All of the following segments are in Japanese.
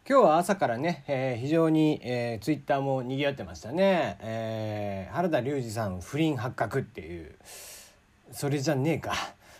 今日は朝からね、非常に、ツイッターも賑わってましたね、原田龍二さん不倫発覚っていう、それじゃねえか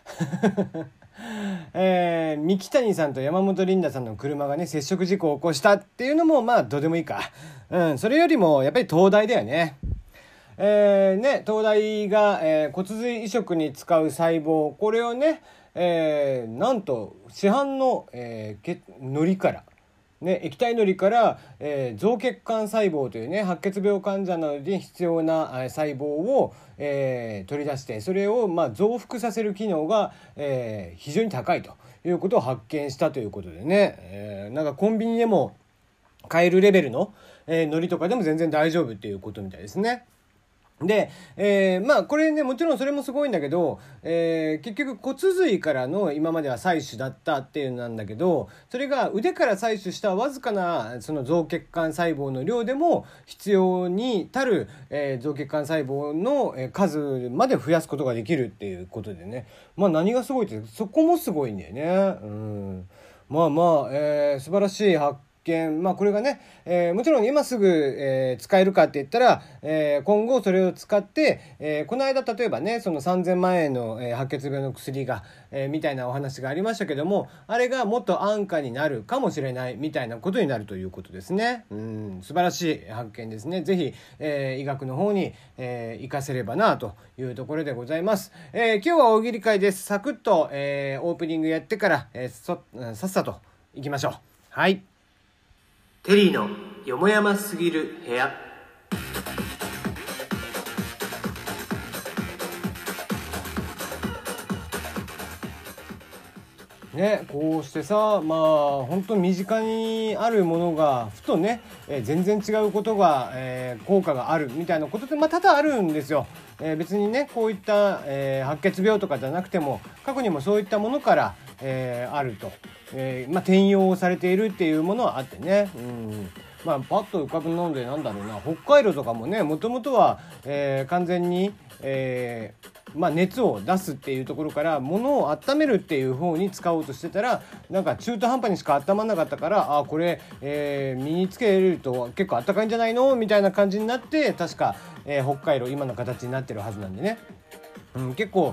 三木谷さんと山本リンダさんの車がね接触事故を起こしたっていうのもまあどうでもいいか、それよりもやっぱり東大だよね。東大が、骨髄移植に使う細胞、これをね、なんと市販の、糊から液体のりから、造血管細胞というね白血病患者などに必要な細胞を、取り出して、それを増幅させる機能が、非常に高いということを発見したということでね、なんかコンビニでも買えるレベルの、海苔とかでも全然大丈夫っていうことみたいですね。で、これねもちろんそれもすごいんだけど、結局骨髄からの今までは採取だったっていうのなんだけど、それが腕から採取したわずかなその造血管細胞の量でも必要に足る、造血管細胞の数まで増やすことができるっていうことでね、何がすごいってそこもすごいんだよね。素晴らしい発見。これがね、もちろん今すぐ、使えるかって言ったら、今後それを使って、この間例えばねその3000万円の、白血病の薬が、みたいなお話がありましたけども、あれがもっと安価になるかもしれないみたいなことになるということですね。素晴らしい発見ですね。ぜひ、医学の方に、活かせればなというところでございます。今日は大喜利会です。サクッと、オープニングやってから、さっさと行きましょう。はい。テリーのよもやますぎる部屋。ね、こうしてさ、本当に身近にあるものがふとね、全然違うことが、効果があるみたいなことって多々あるんですよ。別にねこういった、白血病とかじゃなくても過去にもそういったものから、あると、転用されているっていうものはあってね。パッと浮かぶのでなんだろうな、北海道とかもねもともとは、完全に、熱を出すっていうところから物を温めるっていう方に使おうとしてたら、なんか中途半端にしか温まらなかったから、これ、身につけると結構暖かいんじゃないのみたいな感じになって、確か、北海道今の形になってるはずなんでね。結構、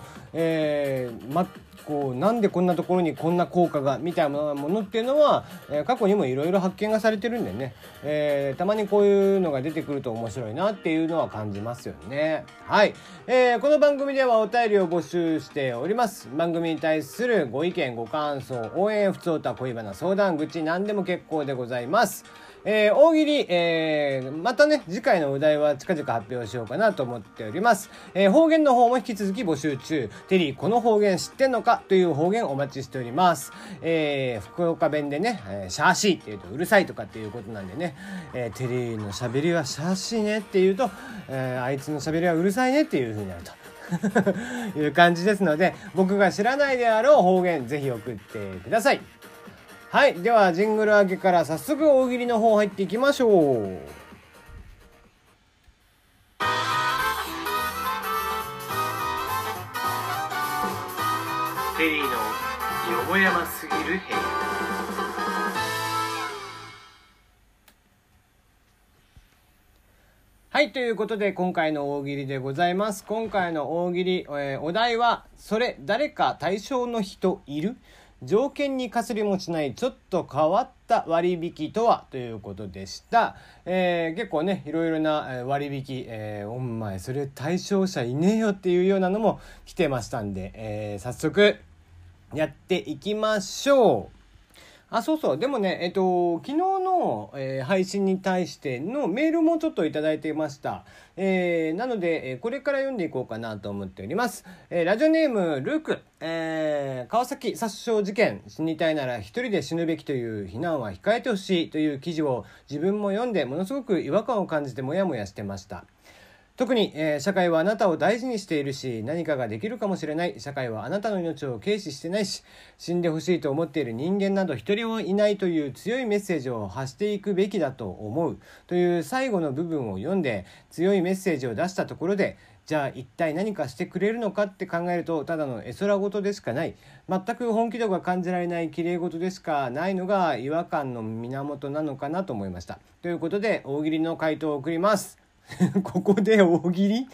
なんでこんなところにこんな効果がみたいなものっていうのは、過去にもいろいろ発見がされてるんでね、たまにこういうのが出てくると面白いなっていうのは感じますよね。はい、この番組ではお便りを募集しております。番組に対するご意見ご感想、応援ふつおた恋バナ相談口、何でも結構でございます。大喜利、またね次回のお題は近々発表しようかなと思っております。方言の方も引き続き募集中。テリーこの方言知ってんのかという方言お待ちしております。福岡弁でね、シャーシーって言うとうるさいとかっていうことなんでね、テリーの喋りはシャーシーねって言うと、あいつの喋りはうるさいねっていう風になるという感じですので、僕が知らないであろう方言ぜひ送ってください。はい、ではジングル明けから早速大喜利の方入っていきましょう。テリーのよもやますぎる部屋。はい、ということで今回の大喜利でございます。今回の大喜利、お題はそれ誰か対象の人いる？条件にかすりもしないちょっと変わった割引とはということでした。結構ねいろいろな割引、お前それ対象者いねえよっていうようなのも来てましたんで、早速やっていきましょう。そうそう。でもね、昨日の、配信に対してのメールもちょっといただいていました。なので、これから読んでいこうかなと思っております。ラジオネーム、ルーク。川崎殺傷事件、死にたいなら一人で死ぬべきという非難は控えてほしいという記事を自分も読んで、ものすごく違和感を感じてモヤモヤしてました。特に、社会はあなたを大事にしているし、何かができるかもしれない。社会はあなたの命を軽視してないし、死んでほしいと思っている人間など一人もいないという強いメッセージを発していくべきだと思うという最後の部分を読んで、強いメッセージを出したところでじゃあ一体何かしてくれるのかって考えると、ただの絵空事でしかない、全く本気度が感じられない綺麗事でしかないのが違和感の源なのかなと思いました。ということで大喜利の回答を送りますここで大喜利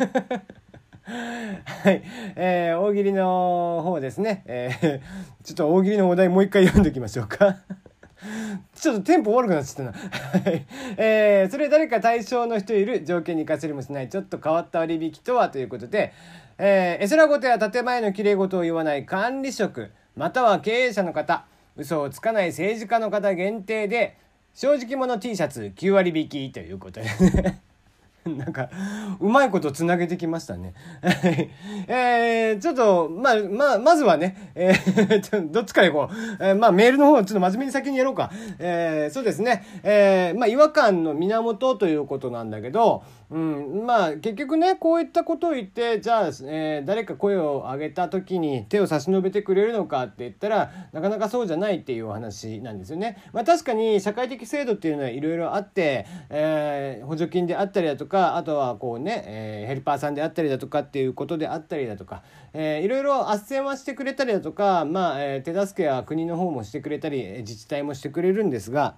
はい、大喜利の方ですね、ちょっと大喜利のお題もう一回読んでおきましょうかちょっとテンポ悪くなっちゃったなそれ誰か対象の人いる、条件に課せりもしないちょっと変わった割引とは、ということで、絵空事や建前のきれい事を言わない管理職または経営者の方、嘘をつかない政治家の方限定で正直者 T シャツ9割引きということでねなんかうまいことつなげてきましたねちょっとまずはね、どっちからいこう、メールの方はちょっと真面目に先にやろうか。そうですね、違和感の源ということなんだけど、結局ね、こういったことを言ってじゃあ、誰か声を上げた時に手を差し伸べてくれるのかって言ったら、なかなかそうじゃないっていうお話なんですよね。確かに社会的制度っていうのはいろいろあって、補助金であったりだとか、あとはこうね、ヘルパーさんであったりだとかっていうことであったりだとか、いろいろ斡旋はしてくれたりだとか、手助けは国の方もしてくれたり自治体もしてくれるんですが、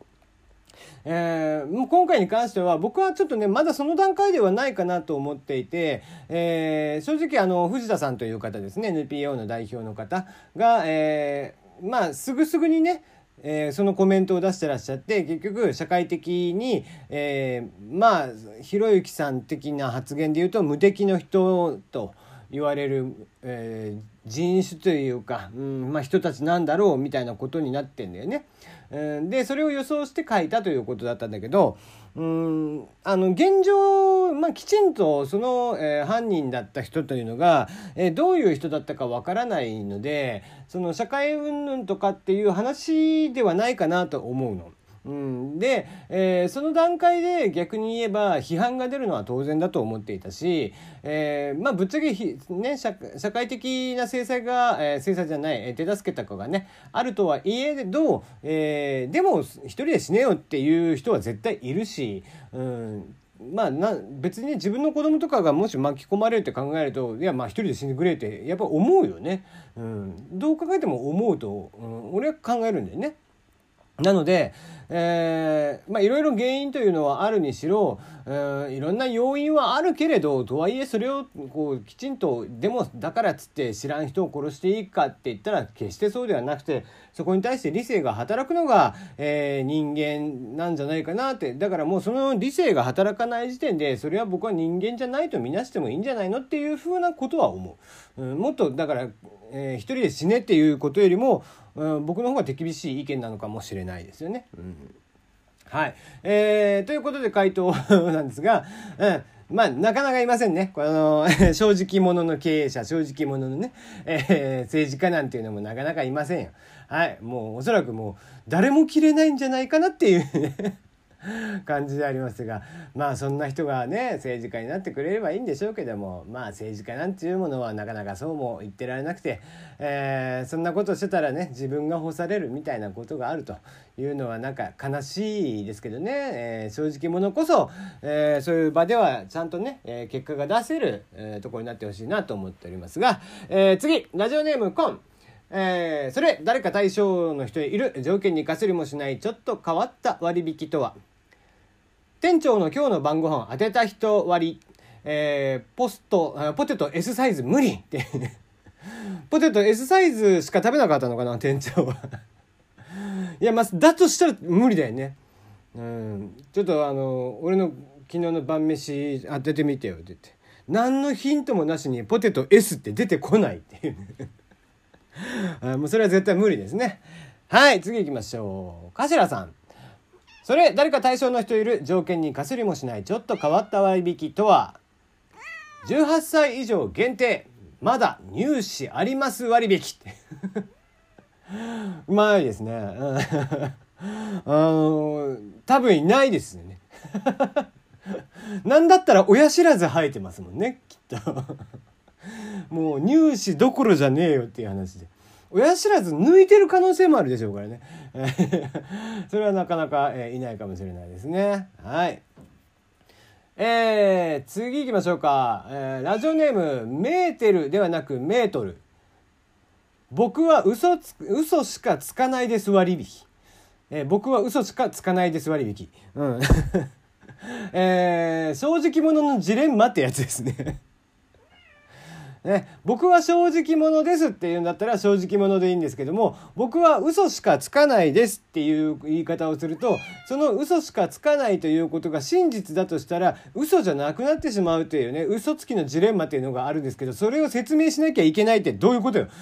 今回に関しては僕はちょっとねまだその段階ではないかなと思っていて、正直藤田さんという方ですね、 NPO の代表の方が、すぐすぐにねそのコメントを出してらっしゃって、結局社会的に、ひろゆきさん的な発言で言うと無敵の人と言われる、人種というか、人たちなんだろうみたいなことになってんだよね。でそれを予想して書いたということだったんだけど、現状、きちんとその、犯人だった人というのが、どういう人だったかわからないので、その社会云々とかっていう話ではないかなと思うの。で、その段階で逆に言えば批判が出るのは当然だと思っていたし、ぶっちゃけ社会的な制裁が、制裁じゃない手助けとかがねあるとはいえど、でも一人で死ねよっていう人は絶対いるし、別に自分の子供とかがもし巻き込まれるって考えると、いや一人で死んでくれってやっぱ思うよね。どう考えても思うと、俺は考えるんだよね。なので、いろいろ原因というのはあるにしろ、いろんな要因はあるけれど、とはいえそれをこうきちんと、でもだからっつって知らん人を殺していいかって言ったら決してそうではなくて、そこに対して理性が働くのが、人間なんじゃないかなって。だからもうその理性が働かない時点で、それは僕は人間じゃないと見なしてもいいんじゃないのっていうふうなことは思う。もっとだから、一人で死ねっていうことよりも、僕の方が手厳しい意見なのかもしれないですよね。はい、ということで回答なんですが、なかなかいませんね。正直者の経営者、正直者のね、政治家なんていうのもなかなかいませんよ。はい、もうおそらくもう誰も切れないんじゃないかなっていうね感じでありますが、そんな人がね政治家になってくれればいいんでしょうけども、政治家なんていうものはなかなかそうも言ってられなくて、そんなことしてたらね自分が干されるみたいなことがあるというのはなんか悲しいですけどね、正直者こそ、そういう場ではちゃんとね、結果が出せる、ところになってほしいなと思っておりますが、次ラジオネームコン、それ誰か対象の人いる、条件に課せりもしないちょっと変わった割引とは。店長の今日の晩ご飯当てた人割、ポテト S サイズ無理ってポテト S サイズしか食べなかったのかな店長はいやだとしたら無理だよね。ちょっと俺の昨日の晩飯当ててみてよって言って、何のヒントもなしにポテト S って出てこないっていうもうそれは絶対無理ですね。はい、次行きましょう。頭さん、それ誰か対象の人いる、条件にかすりもしないちょっと変わった割引とは。18歳以上限定まだ入試あります割引うまいですね多分いないですよねなんだったら親知らず生えてますもんねきっともう入試どころじゃねえよっていう話で、親知らず抜いてる可能性もあるでしょうからねそれはなかなか、いないかもしれないですね。はい、 次行きましょうか。ラジオネーム、メーテルではなくメートル。僕は嘘しかつかないです割引。僕は嘘しかつかないです割引。うん。正直者のジレンマってやつですね。ね、僕は正直者ですって言うんだったら正直者でいいんですけども、僕は嘘しかつかないですっていう言い方をすると、その嘘しかつかないということが真実だとしたら嘘じゃなくなってしまうというね、嘘つきのジレンマっていうのがあるんですけど、それを説明しなきゃいけないってどういうことよ。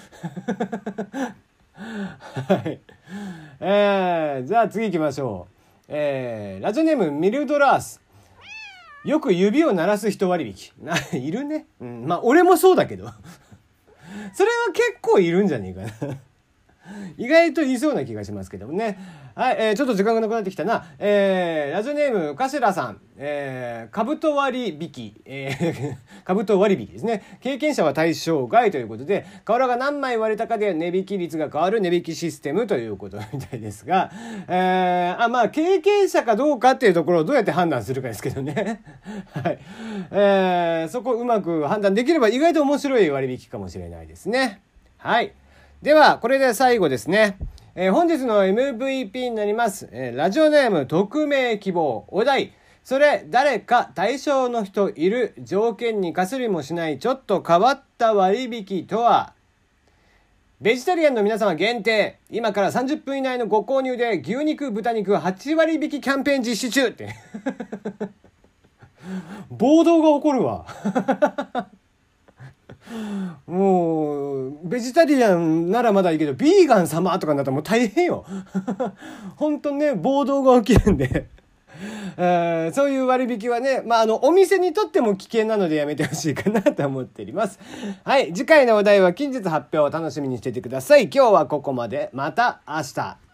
はい。じゃあ次行きましょう。ラジオネームミルドラース。よく指を鳴らす人割引。いるね。うん。まあ、俺もそうだけど。それは結構いるんじゃねえかな。意外といそうな気がしますけどもね。はい、ちょっと時間がなくなってきたな。ラジオネーム、かしらさん。兜割引。兜割引ですね。経験者は対象外ということで、瓦が何枚割れたかで値引き率が変わる値引きシステムということみたいですが、まあ、経験者かどうかっていうところをどうやって判断するかですけどね。はい。そこうまく判断できれば意外と面白い割引かもしれないですね。はい。では、これで最後ですね。本日の MVP になります。ラジオネーム匿名希望。お題。それ、誰か対象の人いる、条件にかすりもしないちょっと変わった割引とは。ベジタリアンの皆様限定。今から30分以内のご購入で牛肉、豚肉8割引きキャンペーン実施中って。暴動が起こるわ。もうベジタリアンならまだいいけどビーガン様とかになったらもう大変よ。本当ね、暴動が起きるんで、そういう割引はね、お店にとっても危険なのでやめてほしいかなと思っております。はい、次回のお題は近日発表を楽しみにしていてください。今日はここまで。また明日。